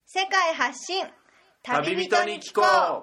世界発信旅人に聞こう。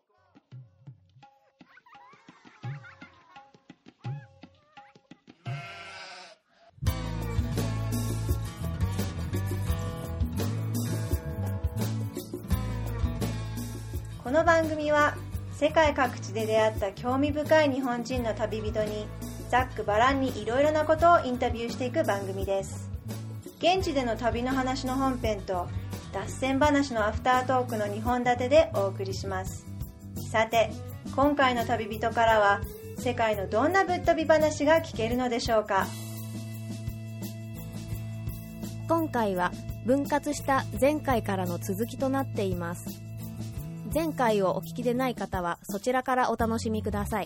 この番組は世界各地で出会った興味深い日本人の旅人にざっくばらんにいろいろなことをインタビューしていく番組です。現地での旅の話の本編と脱線話のアフタートークの2本立てでお送りします。さて、今回の旅人からは世界のどんなぶっ飛び話が聞けるのでしょうか。 今回は分割した前回からの続きとなっています。前回をお聞きでない方はそちらからお楽しみください。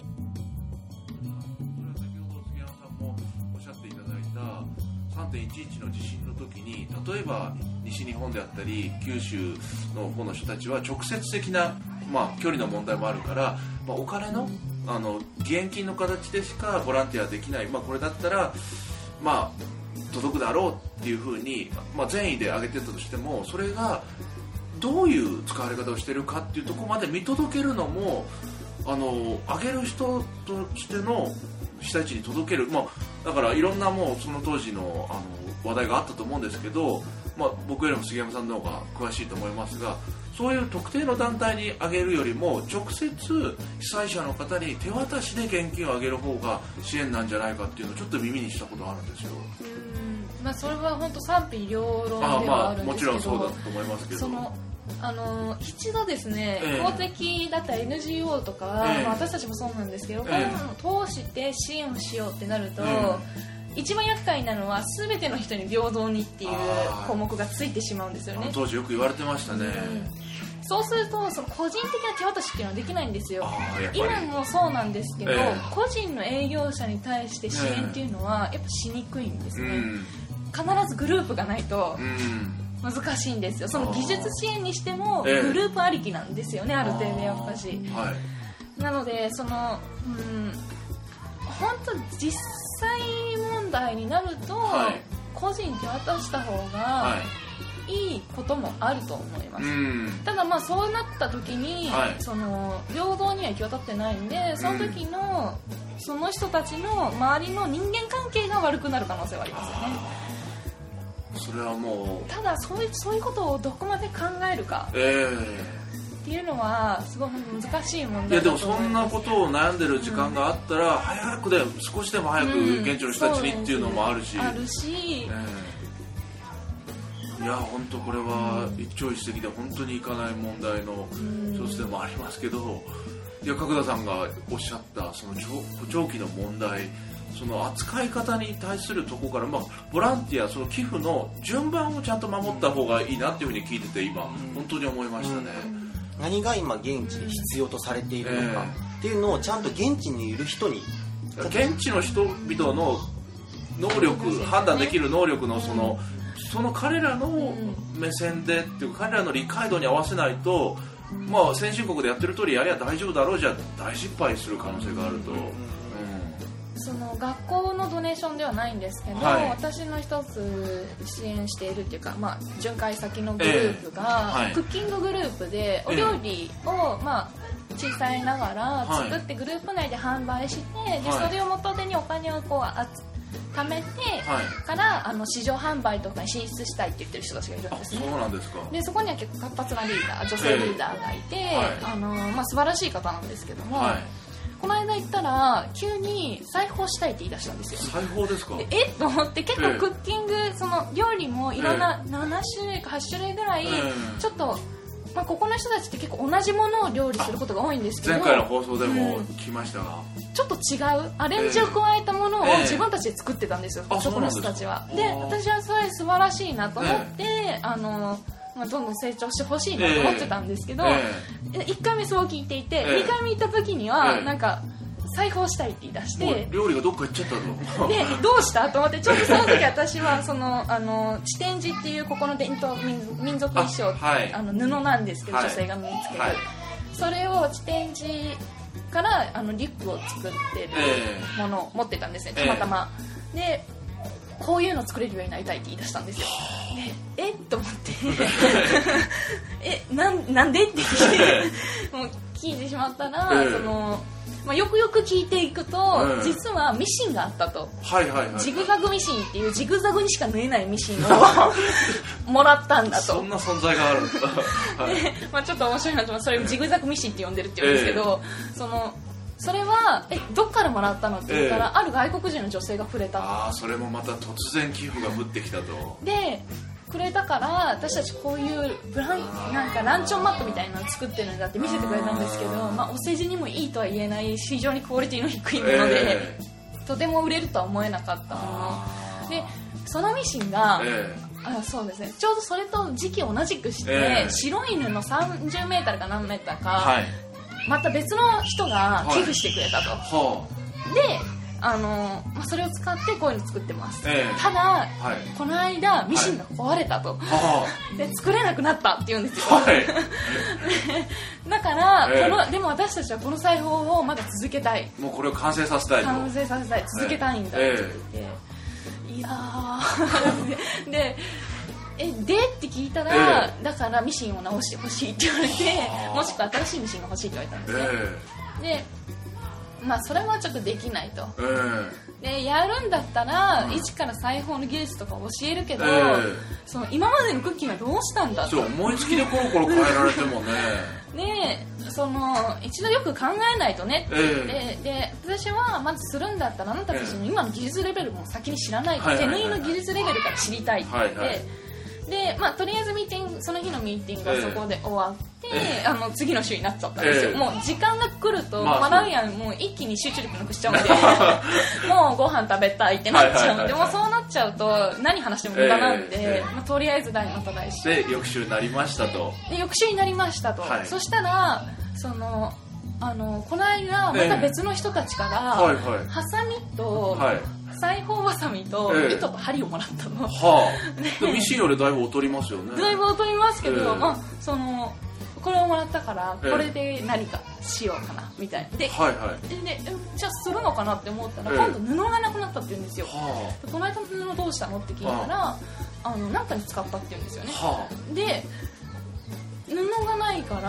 先ほど杉山さんもおっしゃっていただいた 3.11 の地震の時に、例えば西日本であったり九州の方の人たちは直接的な、距離の問題もあるから、お金の、義援金の形でしかボランティアできない、これだったら届くだろうっていうふうに、善意で挙げてたとしても、それがどういう使われ方をしているかっていうところまで見届けるのも、あげる人としての被災地に届ける、だからいろんなその当時の、話題があったと思うんですけど、僕よりも杉山さんの方が詳しいと思いますが、そういう特定の団体にあげるよりも直接被災者の方に手渡しで現金をあげる方が支援なんじゃないかっていうのをちょっと耳にしたことがあるんですよ。 それは本当賛否両論ではあるんですけど、 もちろんそうだと思いますけど、 一度ですね、公的だったら NGO とか、私たちもそうなんですけど、こういうのを通して支援をしようってなると、一番厄介なのは全ての人に平等にっていう項目がついてしまうんですよね。 当時よく言われてましたね。 そうするとその個人的な手渡しっていうのはできなできよ。今もそうなんですけど、個人の営業者に対して支援っていうのはやっぱしにくいんですね。必ずグループがないと難しいんですよ。その技術支援にしてもグループありきなんですよね、ある程度やっぱし。なので本当実際問題になると、個人手渡した方がいいこともあると思います。ただそうなった時に、平等には行き渡ってないんで、その時のその人たちの周りの人間関係が悪くなる可能性はありますよね。 それはもうただそういうことをどこまで考えるかっていうのはすごい難しい問題だと思います。 でもそんなことを悩んでる時間があったら、早くで少しでも早く現地の人たちにっていうのもあるし、いや本当これは一朝一夕で本当にいかない問題の一つでもありますけど、いや角田さんがおっしゃったその補聴器の問題、その扱い方に対するところから、ボランティア、その寄付の順番をちゃんと守った方がいいなっていうふうに聞いてて、今本当に思いましたね。 何が今現地で必要とされているのかっていうのをちゃんと現地にいる人に、 現地の人々の能力、判断できる能力のその彼らの目線でっていうか、彼らの理解度に合わせないと、先進国でやってる通りやりゃ大丈夫だろうじゃ大失敗する可能性があると。 その学校のドネーションではないんですけど、私の一つ支援しているっていうか、巡回先のグループが、クッキンググループでお料理を小さいながら作ってグループ内で販売して、でそれを元手にお金を貯めてから市場販売とかに進出したいって言ってる人たちがいるんですね。 そうなんですか。 でそこには結構活発なリーダー、女性リーダーがいて、素晴らしい方なんですけども、この間行ったら急に裁縫したいって言い出したんですよ。 裁縫ですか？ と思って、結構クッキング、その料理もいろんな7種類か8種類ぐらい、ちょっとここの人たちって結構同じものを料理することが多いんですけど、 前回の放送でも聞きましたが、 ちょっと違うアレンジを加えたものを自分たちで作ってたんですよ、そこの人たちは。で私はそれ素晴らしいなと思って、どんどん成長してほしいなと思ってたんですけど、1回目そう聞いていて、2回目行った時には裁縫したいって言い出して、 料理がどっか行っちゃったのでどうしたと思って、ちょっとその時私は地天地っていうここの伝統民族衣装、布なんですけど、女性が身につける、それを地天地からリュックを作ってるものを持ってたんですね、たまたま。でこういうの作れるようになりたいって言い出したんですよ。でと思ってなんでってもう聞いてしまったら、よくよく聞いていくと、実はミシンがあったと、ジグザグミシンっていうジグザグにしか縫えないミシンをもらったんだと。 そんな存在があるんだ。 で、ちょっと面白いなと思って、それをジグザグミシンって呼んでるって言うんですけど、それはどっからもらったのって言ったら、ある外国人の女性がくれた。 それもまた突然寄付が降ってきたと。 でくれたから、私たちこういうなんかランチョンマットみたいなの作ってるんだって見せてくれたんですけど、お世辞にもいいとは言えない非常にクオリティの低いもので、とても売れるとは思えなかったもので、そのミシンが、そうですね、ちょうどそれと時期を同じくして、白い布30メートルか何メートルか、また別の人が寄付してくれたと。でそれを使ってこういうの作ってます、ただ、この間ミシンが壊れたと、で作れなくなったって言うんですよ、だから、でも私たちはこの裁縫をまだ続けたい、 もうこれを完成させたいと、 続けたいんだって言って、いやーでって聞いたら、だからミシンを直してほしいって言われて、もしくは新しいミシンが欲しいって言われたんですね、でそれはちょっとできないと、でやるんだったら、一から裁縫の技術とか教えるけど、今までのクッキーはどうしたんだと、 思いつきでコロコロ変えられてもねで一度よく考えないとねって、で私はまずするんだったら、あなたたちの今の技術レベルも先に知らないと、手縫いの技術レベルから知りたいって言って、でとりあえずその日のミーティングはそこで終わって、次の週になっちゃったんですよ、もう時間が来ると、マラウイアンもう一気に集中力なくしちゃうんでもうご飯食べたいってなっちゃうんで、もうそうなっちゃうと何話しても無駄なんで、とりあえずまた来週で翌週になりましたと、 そしたらこの間また別の人たちから、ハサミと、裁縫バサミと糸と針をもらったの、 ミシンよりだいぶ劣りますよね、 だいぶ劣りますけど、これをもらったからこれで何かしようかなみたいなで、じゃあするのかなって思ったら、今度布がなくなったって言うんですよ、この間の布どうしたのって聞いたら、なんかに使ったって言うんですよね、で布がないから、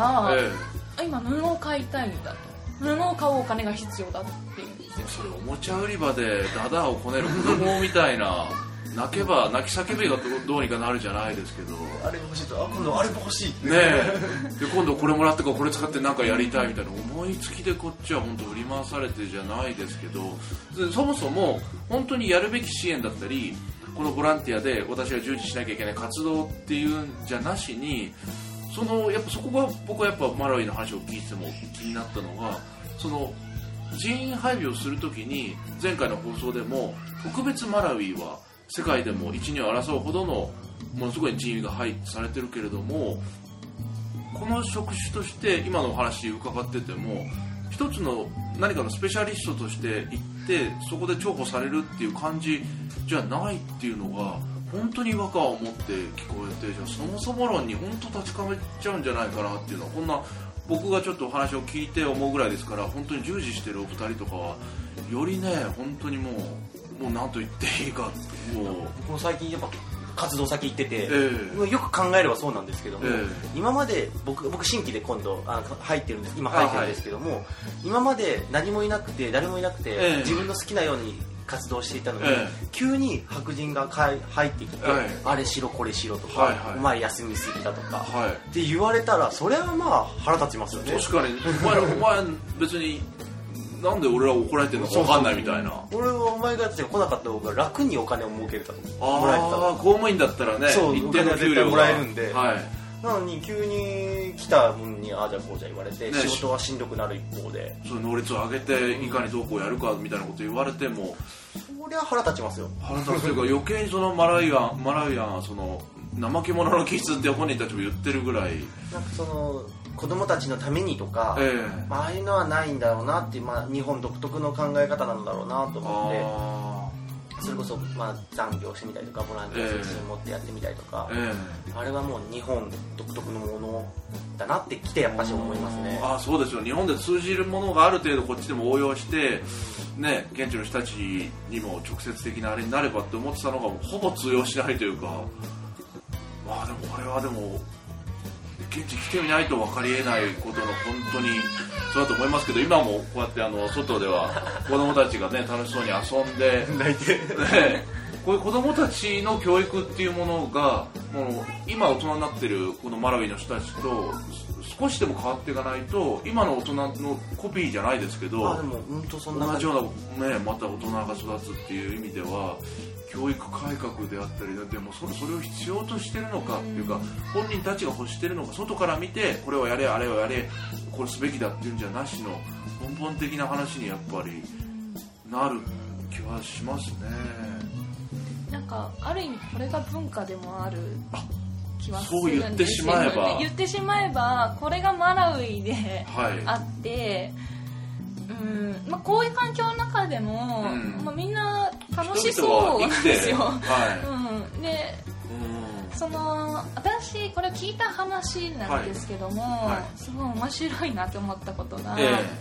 今布を買いたいんだと、布を買うお金が必要だって言うんですよ。 それおもちゃ売り場でダダをこねる子供みたいな泣き叫べがどうにかなるじゃないですけど、 あれが欲しいと、今度あれも欲しいってで今度これもらってからこれ使って何かやりたいみたいな思いつきでこっちは本当振り回されてじゃないですけど、そもそも本当にやるべき支援だったり、このボランティアで私が従事しなきゃいけない活動っていうんじゃなしに、やっぱそこが僕はやっぱマラウイの話を聞いても気になったのが、人員配備をするときに前回の放送でも特別マラウイは世界でも一二を争うほどのものすごい人員が配置されてるけれども、この職種として今のお話伺ってても一つの何かのスペシャリストとして行ってそこで重宝されるっていう感じじゃないっていうのが本当に違和感を持って聞こえて、じゃあそもそも論に本当立ちかめちゃうんじゃないかなっていうのは、こんな僕がちょっとお話を聞いて思うぐらいですから、本当に従事してるお二人とかはよりね、本当にもう何と言っていいか、 僕も最近やっぱ活動先行ってて、よく考えればそうなんですけども、今まで僕新規で今度入ってるんです、今入ってるんですけども、今まで何もいなくて誰もいなくて、自分の好きなように活動していたのに、急に白人が入ってきて、あれしろこれしろとか、お前休みすぎだとか、って言われたら、それはまあ腹立ちますよね。 確かにお前別になんで俺ら怒られてるのか分かんないみたいな。 俺はお前が来なかった方が楽にお金を儲けるかともらえてた。 公務員だったらね、 一定の給料もらえるんで、なのに急に来た分にああじゃこうじゃ言われて、仕事はしんどくなる一方で、 能率を上げていかにどうこうやるかみたいなこと言われても、 そりゃ腹立ちますよ。 腹立つというか、余計にマラウイアンは怠け者の気質って本人たちも言ってるぐらい、 なんか子供たちのためにとか、ああいうのはないんだろうなって、日本独特の考え方なんだろうなと思って、それこそ残業してみたりとか、ボランティア責任持ってやってみたりとか、あれはもう日本独特のものだなってきてやっぱし思いますね。 そうですよ。日本で通じるものがある程度こっちでも応用して、ね、現地の人たちにも直接的なあれになればって思ってたのがほぼ通用しないというか、 まあでもこれはでも現地来てみないと分かりえないことの本当にそうだと思いますけど、今もこうやって外では子供たちがね楽しそうに遊んで泣いて、 ね、こういう子供たちの教育っていうものがもう今大人になってるこのマラウイの人たちと少しでも変わっていかないと、今の大人のコピーじゃないですけど、 でも本当そんな同じような、ね、また大人が育つっていう意味では教育改革であったり、でもそれを必要としてるのかっていうか、本人たちが欲してるのか、外から見てこれをやれあれをやれこれすべきだっていうんじゃなしの根本的な話にやっぱりなる気はしますね。 なんかある意味これが文化でもある気はするんですよね。 そう言ってしまえば、 言ってしまえばこれがマラウイであって、まあ、こういう環境の中でも、まあ、みんな楽しそうなんですよ。で、私これ聞いた話なんですけども、すごい面白いなって思ったことが、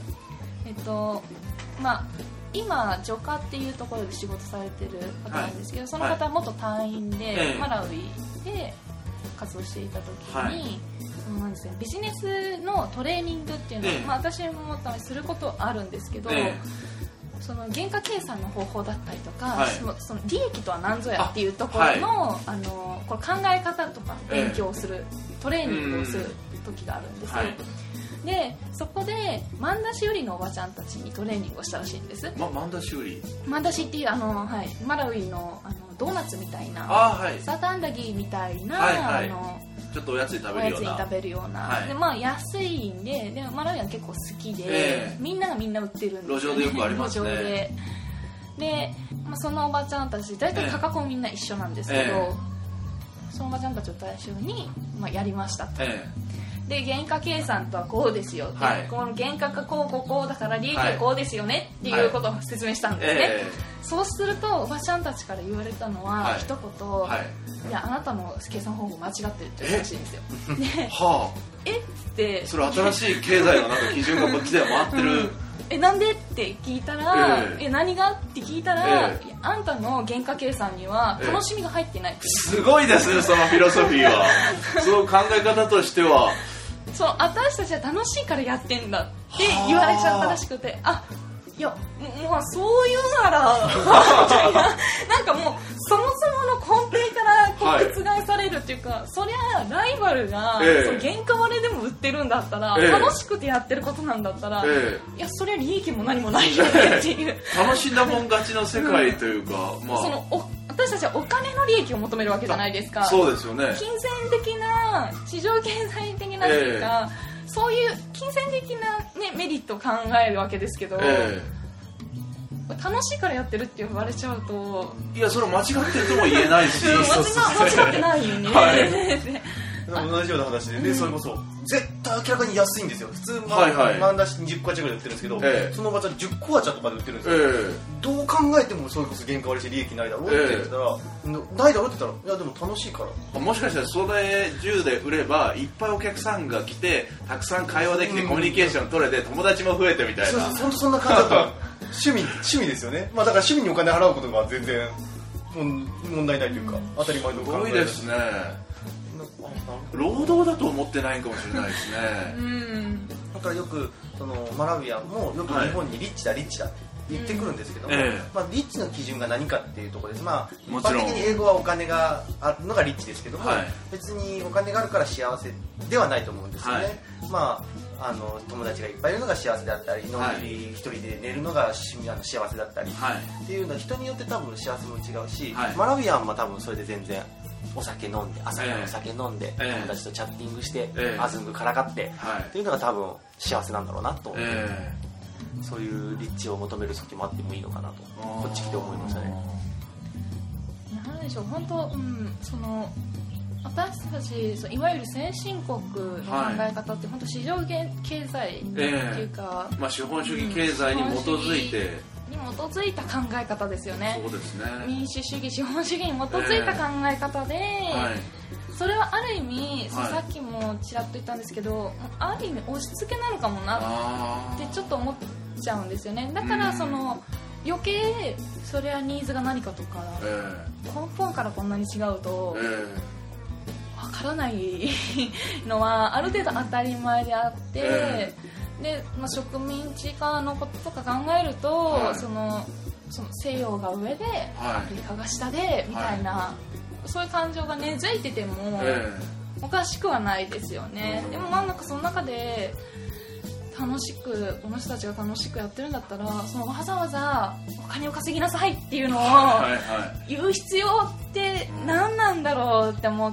まあ今ジョカっていうところで仕事されてる方なんですけど、その方は元隊員で、マラウイで活動していた時に、なんですね、ビジネスのトレーニングっていうのを、まあ、私もたまにすることあるんですけど、その原価計算の方法だったりとか、その利益とは何ぞやっていうところの、これ考え方とか勉強をする、トレーニングをする時があるんですよ。でそこでマンダシ売りのおばちゃんたちにトレーニングをしたらしいんです。 マンダシ売り、 マンダシっていうマラウイのドーナツみたいな、サーターアンダギーみたいな、 ちょっとおやつに食べるような、 でまあ安いんで、マラウイは結構好きで、みんながみんな売ってるんですよね。 路上でよくありますね。 で、まあ、そのおばちゃんたち大体価格もみんな一緒なんですけど、そのおばちゃんたちを対象に、まあ、やりましたと。で原価計算とはこうですよって、この原価がこうだから利益はこうですよねっていうことを説明したんですね。そうするとおばちゃんたちから言われたのは、一言、いやあなたの計算方法間違ってるって言うらしいんですよ。でってそれ新しい経済のなんか基準がこっちでは回ってる、 なんでって聞いたら、何がって聞いたら、あんたの原価計算には楽しみが入ってないって、 すごいですね、そのフィロソフィーは。その考え方としては私たちは楽しいからやってんだって言われちゃったらしくて、いやもうそういうならみたいな、なんかもうそもそもの根底から覆されるっていうか、そりゃライバルが、原価割れでも売ってるんだったら、楽しくてやってることなんだったら、いやそりゃ利益も何もないよねっていう楽しんだもん勝ちの世界というか、 私たちはお金の利益を求めるわけじゃないですか。 そうですよね。 金銭的な市場経済的なっていうか、そういう金銭的な、メリットを考えるわけですけど、楽しいからやってるって言われちゃうと、 いやそれ間違ってるとも言えないし間違ってないよね。 同じような話でね、それこそ絶対明らかに安いんですよ。普通マンダシ20個鉢ぐらい売ってるんですけど、そのおばちゃん10個鉢とかで売ってるんですよ。どう考えてもそれこそ原価割れして利益ないだろうって言ったら、ないだろうって言ったら、いやでも楽しいから。 もしかしたらそれ10で売ればいっぱいお客さんが来てたくさん会話できてコミュニケーション取れて友達も増えてみたいな。 本当そんな感じだと趣味ですよね。まあだから趣味にお金払うことが全然問題ないというか、当たり前の考え。 すごいですね。労働だと思ってないかもしれないですね。 だからよくマラウイアンもよく日本にリッチだって言ってくるんですけども、まあ、リッチの基準が何かっていうところです。まあ、一般的に英語はお金があるのがリッチですけども、別にお金があるから幸せではないと思うんですよね。まあ、友達がいっぱいいるのが幸せだったり、のんびり一人で寝るのが幸せだったり、っていうのは人によって多分幸せも違うし、マラウイアンは多分それで全然お酒飲んで、朝からお酒飲んで、友達とチャッティングして、アズングからかって、っていうのが多分幸せなんだろうなと、そういう立地を求める時もあってもいいのかなと、こっち来て思いましたね。 なんでしょう、本当、私たちいわゆる先進国の考え方って、本当市場経済っていうか、 まあ、資本主義経済に基づいて、 に基づいた考え方ですよね。 そうですね。 民主主義、資本主義に基づいた考え方で、それはある意味、さっきもちらっと言ったんですけど、ある意味押し付けなのかもなってちょっと思っちゃうんですよね。だから余計それはニーズが何かとか、根本からこんなに違うと、 わからないのはある程度当たり前であって、で植民地化のこととか考えると、その西洋が上でアフリカが下でみたいな、そういう感情が根付いててもおかしくはないですよね。でもなんかその中で楽しくこの人たちが楽しくやってるんだったら、そのわざわざお金を稼ぎなさいっていうのを言う必要って何なんだろうって思って、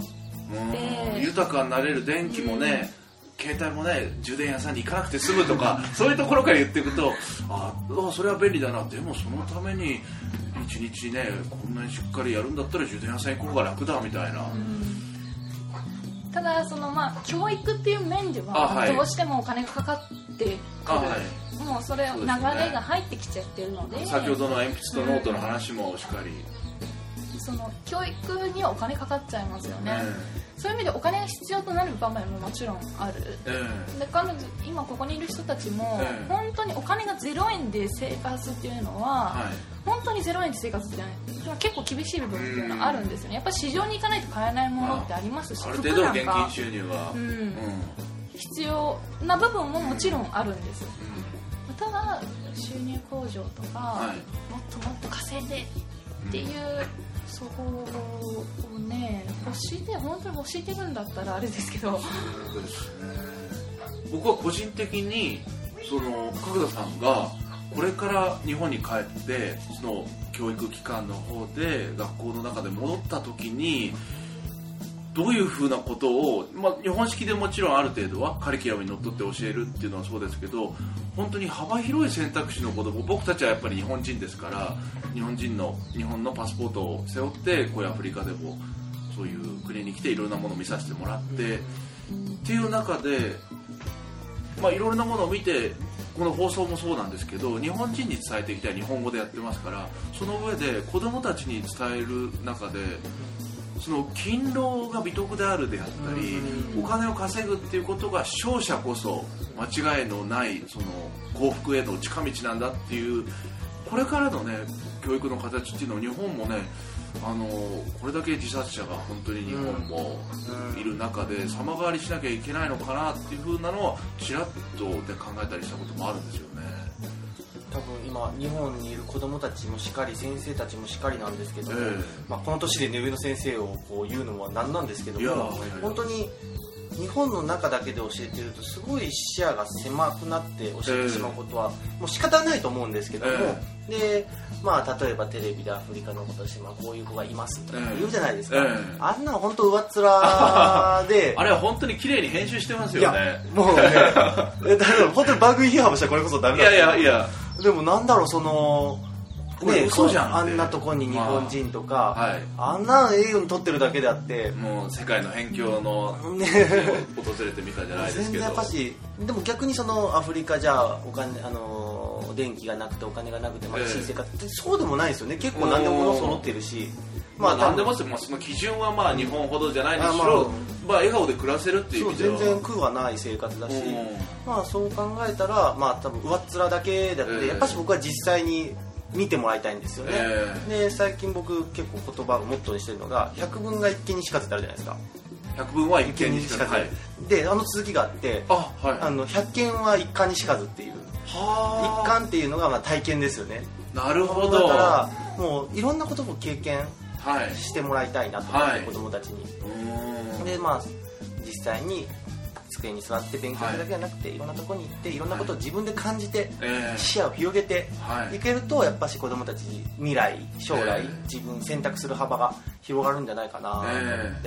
豊かになれる。電気もね、携帯もね、充電屋さんに行かなくて済むとかそういうところから言っていくと、それは便利だな。でもそのために一日ねこんなにしっかりやるんだったら充電屋さん行く方が楽だみたいな。 ただ教育っていう面ではどうしてもお金がかかってくる、もうそれ流れが入ってきちゃってるので、 先ほどの鉛筆とノートの話もしっかり、 その教育にはお金かかっちゃいますよね。そういう意味でお金が必要となる場面ももちろんある、で彼女今ここにいる人たちも、本当にお金が0円で生活っていうのは、本当に0円で生活って結構厳しい部分っていうのはあるんですよね。やっぱり市場に行かないと買えないものってありますし、 ある程度の現金収入は、 必要な部分ももちろんあるんです、ただ収入向上とか、もっともっと稼いでっていう、そこをね本当に欲してるんだったらあれですけど、 そうですね。僕は個人的に角田さんがこれから日本に帰ってその教育機関の方で学校の中で戻った時にどういうふうなことを、日本式でもちろんある程度はカリキュラムにのっとって教えるっていうのはそうですけど、本当に幅広い選択肢の子供、僕たちはやっぱり日本人ですから、日本のパスポートを背負ってこういうアフリカでもそういう国に来ていろんなものを見させてもらってっていう中で、いろんなものを見て、この放送もそうなんですけど、日本人に伝えていきたい日本語でやってますから、その上で子供たちに伝える中でその勤労が美徳であるであったり、お金を稼ぐっていうことが勝者こそ間違いのないその幸福への近道なんだっていう、これからのね教育の形っていうのを日本もね、これだけ自殺者が本当に日本もいる中で様変わりしなきゃいけないのかなっていう風なのをちらっとで考えたりしたこともあるんですよね。 多分今日本にいる子どもたちもしかり先生たちもしかりなんですけども、この年で、上の先生をこう言うのはなんなんですけども、本当に日本の中だけで教えてるとすごい視野が狭くなって教えてしまうことはもう仕方ないと思うんですけども、で例えばテレビでアフリカのことをして、こういう子がいますとか言うじゃないですか、あんなの本当上っ面であれは本当に綺麗に編集してますよね。 もうねだから本当に番組批判もしたらこれこそダメだ。 いやでもなんだろう、その嘘じゃん、 あんなとこに日本人とか、あんな栄誉に撮ってるだけであって、 もう世界の辺境の訪れてみたじゃないですけど、 全然やっぱし、でも逆にそのアフリカじゃお金電気がなくてお金がなくて貧しい生活ってそうでもないですよね。結構何でも物揃ってるし、 何でもその基準は日本ほどじゃないにしろ、笑顔で暮らせるっていう意味では全然苦はない生活だし、そう考えたら多分上っ面だけだって、やっぱし僕は実際に見てもらいたいんですよね。で最近僕結構言葉をモットーにしてるのが、百聞が一見にしかずってあるじゃないですか。 百聞は一見にしかず、 で続きがあって、百見は一見にしかずっていう、一見っていうのが体験ですよね。 なるほど。 だからもういろんなことを経験してもらいたいなと思って、子供たちに。で実際に机に座って勉強するだけじゃなくて、いろんなところに行っていろんなことを自分で感じて、視野を広げていけると、やっぱし子どもたち未来将来、自分選択する幅が広がるんじゃないかなと思って。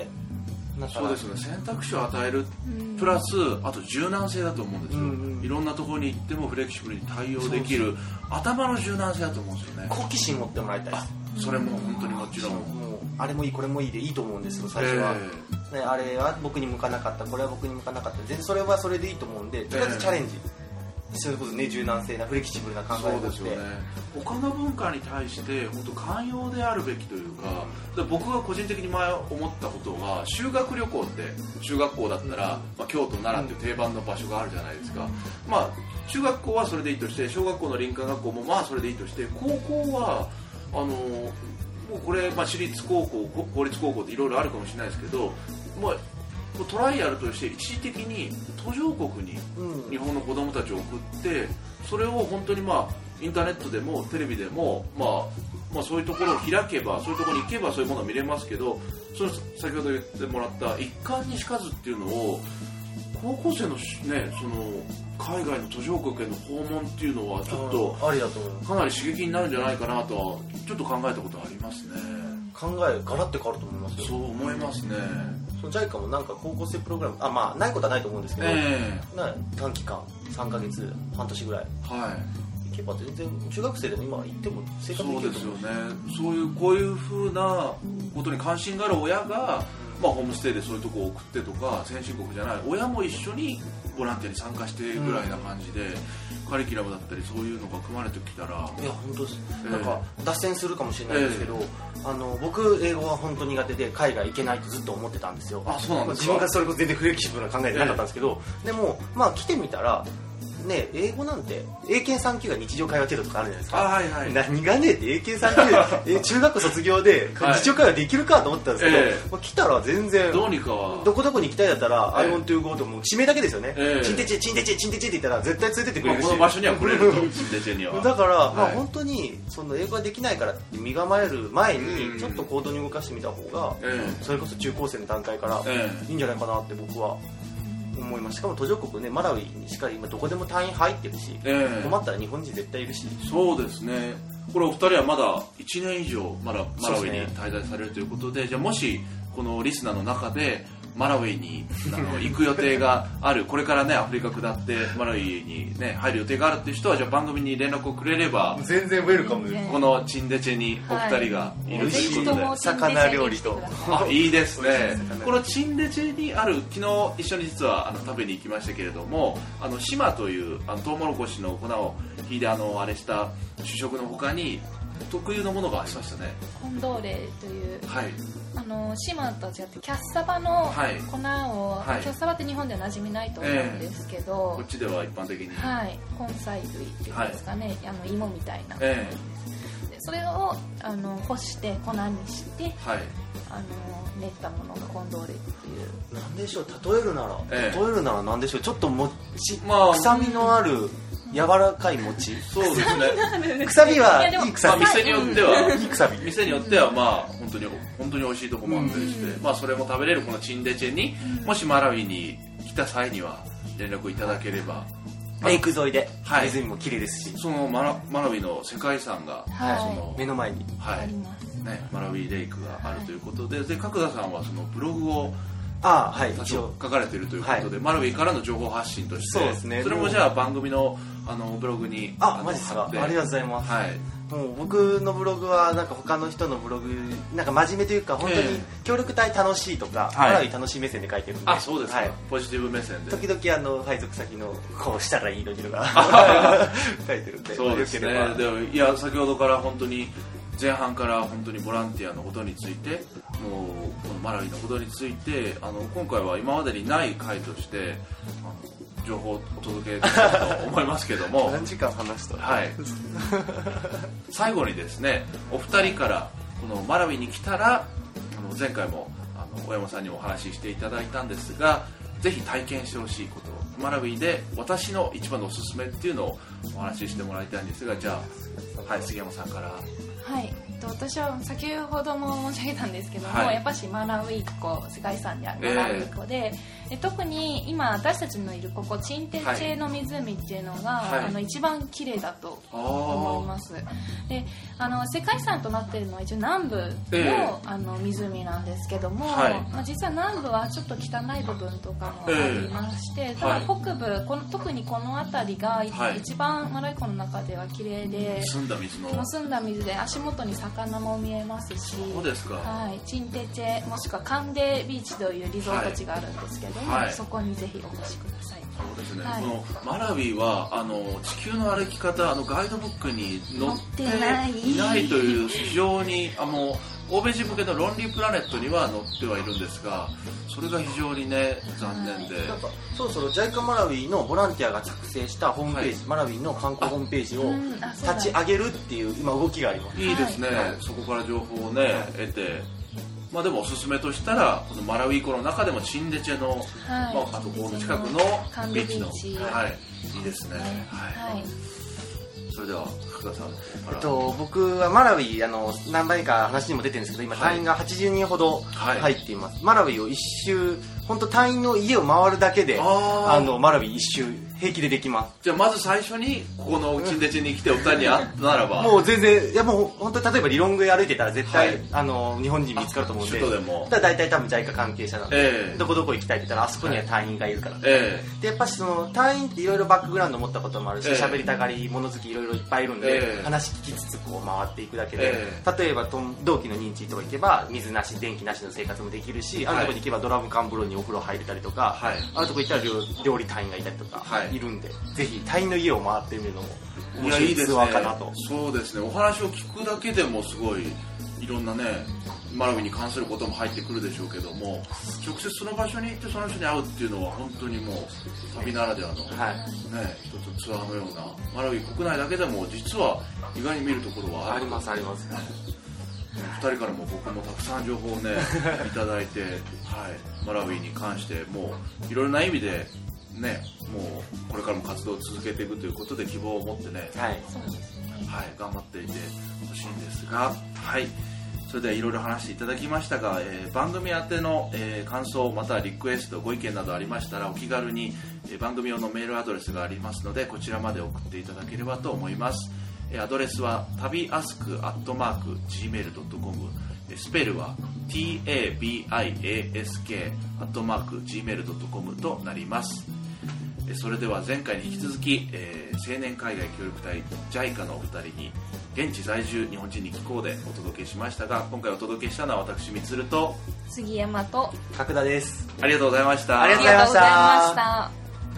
そうですね、選択肢を与えるプラスあと柔軟性だと思うんですよ。いろんなところに行ってもフレキシブルに対応できる頭の柔軟性だと思うんですよね。 好奇心持ってもらいたいです。 それも本当にもちろん、 もうあれもいいこれもいいでいいと思うんですよ最初は。あれは僕に向かなかった、これは僕に向かなかった、全然それはそれでいいと思うんで、とりあえずチャレンジ、そういうことね、柔軟性なフレキシブルな考えを持って、 他の文化に対して本当寛容であるべきというか、僕が個人的に前思ったことが、修学旅行って中学校だったら、京都奈良っていう定番の場所があるじゃないですか。中学校はそれでいいとして、小学校の林間学校もそれでいいとして、高校はもうこれ、私立高校公立高校っていろいろあるかもしれないですけど、 トライアルとして一時的に途上国に日本の子供たちを送ってそれを本当にインターネットでもテレビでもそういうところを開けばそういうところに行けばそういうものを見れますけどその先ほど言ってもらった一貫にしかずっていうのを高校生のねその海外の途上国への訪問っていうのはちょっとありだと思います。 かなり刺激になるんじゃないかなとはちょっと考えたことありますね。 考えガラッと変わると思いますよ。 そう思いますね。 その JICA もなんか高校生プログラムないことはないと思うんですけど、短期間3ヶ月半年ぐらい、行けば全然中学生でも今行っても生活できると思う。 そうですよね。こういう風なことに関心がある親が、ホームステイでそういうとこを送ってとか先進国じゃない親も一緒にボランティアに参加してぐらいな感じで、カリキュラムだったりそういうのが組まれてきたら、いや本当です、なんか脱線するかもしれないんですけど、僕英語は本当苦手で海外行けないってずっと思ってたんですよ。 あ、そうなんですか。 自分がそれこそ全然フレキシブルな考えてなかったんですけど、でも来てみたらね、英語なんて英検3級が日常会話程度とかあるじゃないですか。何がねえって英検3級中学校卒業で日常会話できるかと思ったんですけど、来たら全然どうにかはどこどこに行きたいだったら I want to go ともう地名だけですよね。チンテチチンテチチンテチって言ったら絶対連れてってくれるし、 この場所には来れるとチンテチにはだから本当にその英語ができないからって身構える前にちょっと行動に動かしてみた方が、それこそ中高生の段階からいいんじゃないかなって僕は思います。しかも途上国ね、マラウイにしっかり今どこでも隊員入ってるし、困ったら日本人絶対いるし。 そうですね。これお二人はまだ1年以上マラウイに滞在されるということで、じゃあもしこのリスナーの中でマラウイに行く予定がある、これからねアフリカ下ってマラウイにね入る予定があるっていう人は、じゃあ番組に連絡をくれれば全然ウェルカムです。 このチンデチェにお二人がいるということで、 魚料理といいですね。このチンデチェにある、昨日一緒に実は食べに行きましたけれども、島というトウモロコシの粉をひいであれした主食の他に特有のものがありましたね。 コンドーレという、島と違ってキャッサバの粉を、キャッサバって日本では馴染みないと思うんですけど、 こっちでは一般的に、 根菜類っていうんですかね、芋みたいな、それを干して粉にして、練ったものがコンドーレっていう。 なんでしょう、例えるならなんでしょう、ちょっと臭みのある柔らかい餅。 そうですね。 臭みはいい臭み。 店によってはいい臭み。 店によっては本当に美味しいところもあったりして、それも食べれるこのチンデチェにもしマラウイに来た際には連絡いただければ。 レイク沿いで湖も綺麗ですし、 そのマラウイの世界遺産が目の前にあります。 マラウイレイクがあるということで、角田さんはそのブログを一応書かれているということで、マラウイからの情報発信として、 そうですね、 それもじゃあ番組のブログにマジですか。ありがとうございます。もう僕のブログはなんか他の人のブログなんか真面目というか、本当に協力隊楽しいとか、マラウイ楽しい目線で書いてるんで。 そうですか。ポジティブ目線で。 時々配属先のこうしたらいいのにとか書いてるんで。 そうですね。いや先ほどから本当に前半から本当にボランティアのことについて、もうこのマラウイのことについて、今回は今までにない回として情報をお届けできたと思いますけども何時間話した最後にですね、お二人からこのマラウイに来たら、前回も大山さんにもお話ししていただいたんですが、ぜひ体験してほしいこと、マラウイで私の一番のおすすめっていうのをお話ししてもらいたいんですが、じゃあ杉山さんから。 私は先ほども申し上げたんですけども、やっぱしマラウイ湖、世界遺産であるマラウイ湖で、特に今私たちのいるここチンテチェの湖っていうのが、一番綺麗だと思います。で世界遺産となっているのは一応南部の、湖なんですけども、実は南部はちょっと汚い部分とかもありまして、ただ北部特にこの辺りが一番マラウイ湖の中では綺麗で、澄んだ水で足元に魚も見えますし、 そうですか。 チンテチェもしくはカンデビーチというリゾート地があるんですけども、そこにぜひお越しください。 そうですね。このマラウイは地球の歩き方ガイドブックに載っていないという、非常に欧米人向けのロンリープラネットには載ってはいるんですが、それが非常にね残念で、 なんかそろそろ JICA マラウイのボランティアが作成したホームページ、マラウイの観光ホームページを立ち上げるっていう今動きがあります。 いいですね。そこから情報をね得て、 まあ、でもおすすめとしたらこのマラウイ湖の中でもチンデチェの、はい、まあ、あとこの近くのビーチの、はい、いいですね、はい、はい、それでは角田さん、 僕はマラウイ何倍か話にも出てるんですけど今隊員が80人ほど入っています、はい、マラウイを一周本当隊員の家を回るだけでマラウイ一周平気でできます。 じゃあまず最初にここのチンデチェに来てお二人に会ったならばもう全然、いやもう本当に例えばリロング歩いてたら絶対、はい、日本人見つかると思うんで、 首都でもだ大体多分 JICA 関係者なんで、どこどこ行きたいって言ったらあそこには隊員がいるから、でやっぱりその隊員っていろいろバックグラウンド持ったこともあるし、喋りたがり物好きいろいろいっぱいいるんで、話聞きつつこう回っていくだけで、例えば同期の認知とか行けば水なし電気なしの生活もできるし、あるとこに行けばドラム缶風呂にお風呂入れたりとか、はい、あるとこ行ったら料理隊員がいたりとかいるんで、ぜひ隊員の家を回ってみるのも面白いツアーかなと。 そうですね、お話を聞くだけでもすごいいろんなねマラウイに関することも入ってくるでしょうけども、直接その場所に行ってその人に会うっていうのは本当にもう旅ならではの、はいね、一つツアーのような、マラウイ国内だけでも実は意外に見るところはありますあります、 2人からも僕もたくさん情報をねいただいて、はい、マラウイに関してもういろいろな意味でね、もうこれからも活動を続けていくということで希望を持ってね、はい、はい、頑張っていてほしいんですが、はい、それではいろいろ話していただきましたが、番組宛ての、感想またはリクエストご意見などありましたらお気軽に、番組用のメールアドレスがありますのでこちらまで送っていただければと思います。アドレスはtabiask@gmail.com、スペルは tabiask@gmail.com となります。それでは前回に引き続き、青年海外協力隊 JICA のお二人に現地在住日本人に聞こうでお届けしましたが、今回お届けしたのは私みつると杉山と角田です。 ありがとうございました。 ありがとうございました。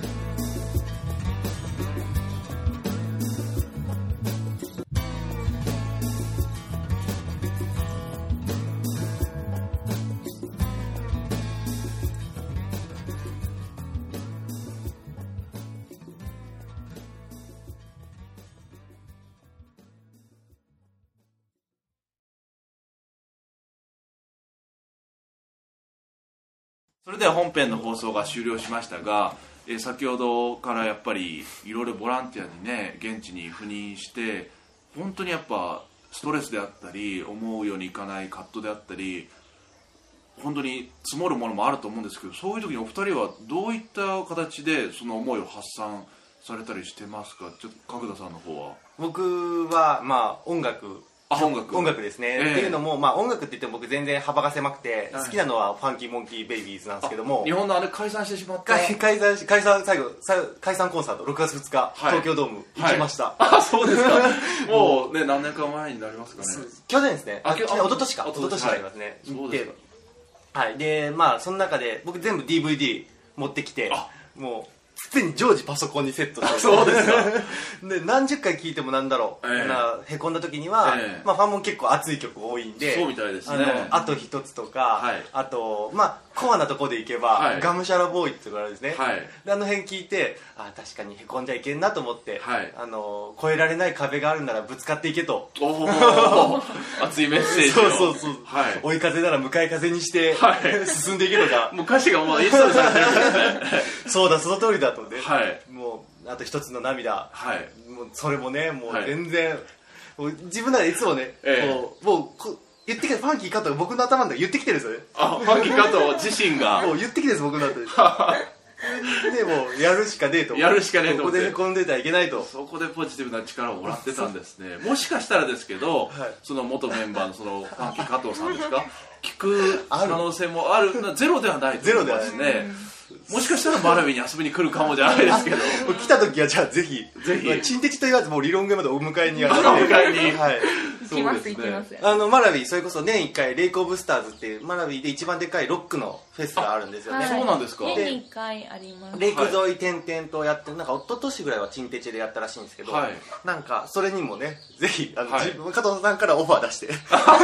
それでは本編の放送が終了しましたが、先ほどからやっぱりいろいろボランティアにね現地に赴任して本当にやっぱストレスであったり思うようにいかない葛藤であったり本当に積もるものもあると思うんですけど、そういう時にお二人はどういった形でその思いを発散されたりしてますか？ちょっと角田さんの方は。 僕はまあ音楽ですね、っていうのも、まあ、音楽って言っても僕全然幅が狭くて、好きなのはファンキーモンキーベイビーズなんですけども、 日本のあれ解散してしまった解散コンサート6月2日、東京ドーム行きました。 あ、そうですか。もうね何年か前になりますかね。 去年ですね。一昨年になりますね。 そうですか。 はい。でまあその中で僕全部 DVD 持ってきて、もう常に常時パソコンにセットしてそうですか。 で何十回聴いてもなんだろう、へこんだ時には、まあ、ファンも結構熱い曲多いんで、 そうみたいですね。 あと一つとか、あとまあコアなとこでいけば、ガムシャラボーイっていうのがあるんですね、で辺聞いて確かにへこんじゃいけんなと思って、越えられない壁があるならぶつかっていけと熱いメッセージをそう、追い風なら向かい風にして進んでいけとか、 もう歌詞がもうインストールされてるんですね。 そうだその通りだとね、もうあと一つの涙、もうそれもねもう全然、もう自分ならいつもね、もう言ってきてファンキー加藤が僕の頭の中言ってきてるんですよね。 ファンキー加藤自身がもう言ってきてるんです僕の中で。でもうやるしかねえと、ここでへこんでたらいけないと、 そこでポジティブな力をもらってたんですね。もしかしたらですけど、その元メンバーのそのファンキー加藤さんですか、聞く可能性もある、ゼロではないと思いますね。もしかしたらマラウイに遊びに来るかもじゃないですけど来た時はじゃあぜひチンテチと言わずもう理論上までお迎えに上がって行きますマラウイそれこそ年1回レイクオブスターズっていうマラウイで一番でかいロックのフェスがあるんですよね。 そうなんですか。 年に1回あります。 レイク沿い点々とやって、なんか一昨年ぐらいはチンテチでやったらしいんですけど、なんかそれにもねぜひ加藤さんからオファー出して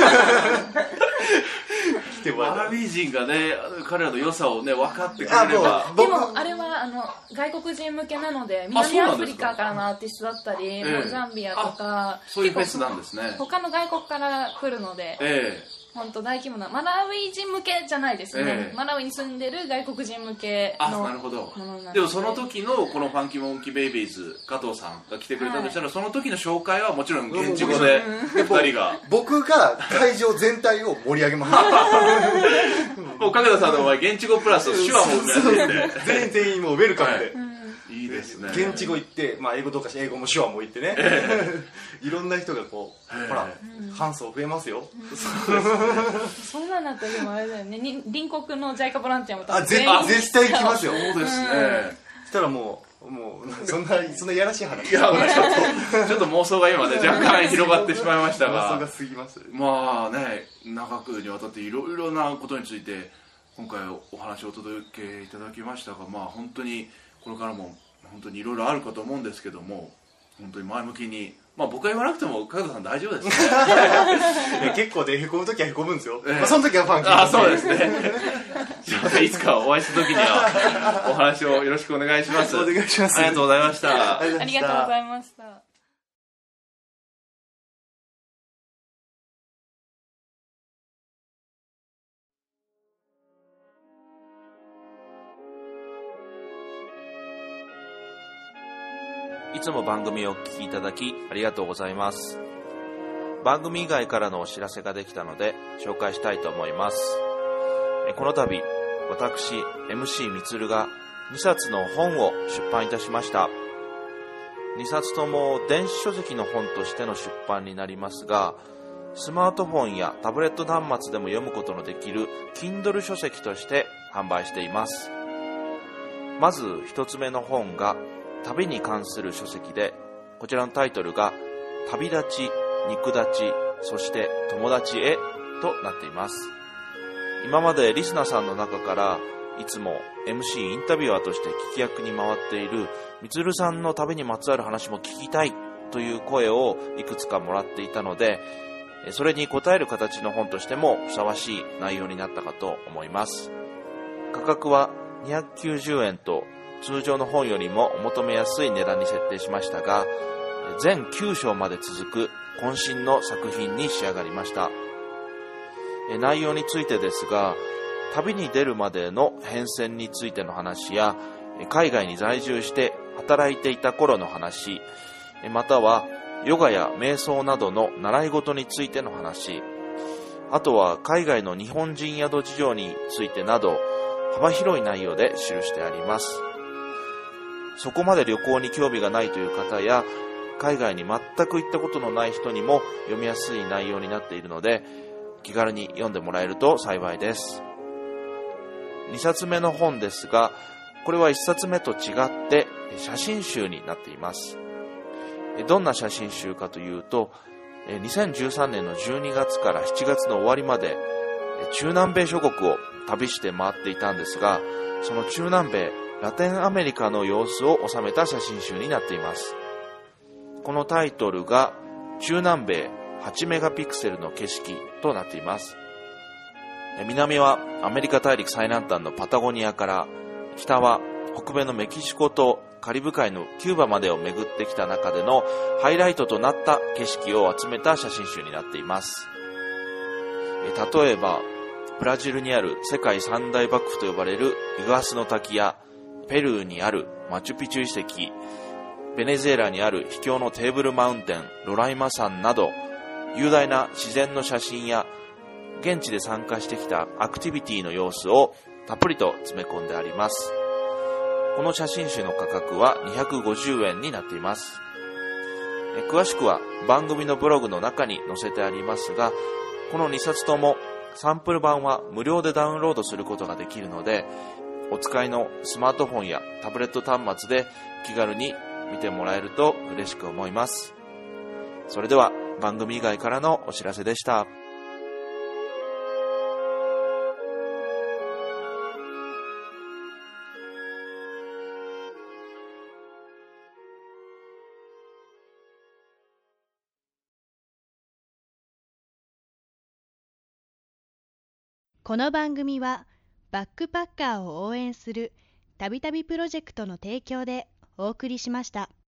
来てもらマラウイ人がね彼らの良さをね分かってくれれば。 でもあれは外国人向けなので、南アフリカからのアーティストだったり、モザンビアとか、 そういうフェスなんですね。 他の外国から来るので、 本当大規模なマラウイ人向けじゃないですね、マラウイに住んでる外国人向けのもの。 なるほど。でもその時のこのファンキーモンキーベイビーズ加藤さんが来てくれたとしたら、その時の紹介はもちろん現地語で2人が僕が会場全体を盛り上げますもう角田さんの場合現地語プラス手話もやって全員もうウェルカムで、 いいですね。 現地語行って、英語どうかし英語も手話も行ってね、いろんな人がこう、ほら、ファン層増えますよ。 そんなんだったらでもあれだよね、隣国のジャイカボランティアも絶対行きますよ。 そうですね。 そしたらもうそんないやらしい話。 いやちょっと妄想が今ね若干広がってしまいましたが、 妄想が過ぎます。 まあね、長くにわたっていろいろなことについて今回お話をお届けいただきましたが、本当にこれからも本当にいろいろあるかと思うんですけども、本当に前向きに、僕は言わなくても角田さん大丈夫ですね。 結構でへこむ時はへこむんですよ。その時はファンキー。 そうですね。いつかお会いした時にはお話をよろしくお願いします。 お願いします。 ありがとうございました。 ありがとうございました。 いつも番組をお聞きいただきありがとうございます。番組以外からのお知らせができたので紹介したいと思います。この度、私 MC みつるが2冊の本を出版いたしました。2冊とも電子書籍の本としての出版になりますが、スマートフォンやタブレット端末でも読むことのできる Kindle 書籍として販売しています。まず1つ目の本が旅に関する書籍で、こちらのタイトルが旅立ち、肉立ち、そして友達へとなっています。今までリスナーさんの中からいつも MC インタビュアーとして聞き役に回っているみつるさんの旅にまつわる話も聞きたいという声をいくつかもらっていたので、それに応える形の本としてもふさわしい内容になったかと思います。価格は290円と通常の本よりもお求めやすい値段に設定しましたが、全9章まで続く渾身の作品に仕上がりました。内容についてですが、旅に出るまでの変遷についての話や、海外に在住して働いていた頃の話、またはヨガや瞑想などの習い事についての話、あとは海外の日本人宿事情についてなど幅広い内容で記してあります。そこまで旅行に興味がないという方や、海外に全く行ったことのない人にも読みやすい内容になっているので、気軽に読んでもらえると幸いです。2冊目の本ですが、これは1冊目と違って写真集になっています。どんな写真集かというと、2013年の12月から7月の終わりまで中南米諸国を旅して回っていたんですが、その中南米ラテンアメリカの様子を収めた写真集になっています。このタイトルが中南米8メガピクセルの景色となっています。南はアメリカ大陸最南端のパタゴニアから、北は北米のメキシコとカリブ海のキューバまでを巡ってきた中でのハイライトとなった景色を集めた写真集になっています。例えばブラジルにある世界三大瀑布と呼ばれるイグアスの滝や、ペルーにあるマチュピチュ遺跡、ベネズエラにある秘境のテーブルマウンテン、ロライマ山など、雄大な自然の写真や現地で参加してきたアクティビティの様子をたっぷりと詰め込んであります。この写真集の価格は250円になっています。詳しくは番組のブログの中に載せてありますが、この2冊ともサンプル版は無料でダウンロードすることができるので、お使いのスマートフォンやタブレット端末で気軽に見てもらえると嬉しく思います。それでは番組以外からのお知らせでした。 この番組はバックパッカーを応援するたびたびプロジェクトの提供でお送りしました。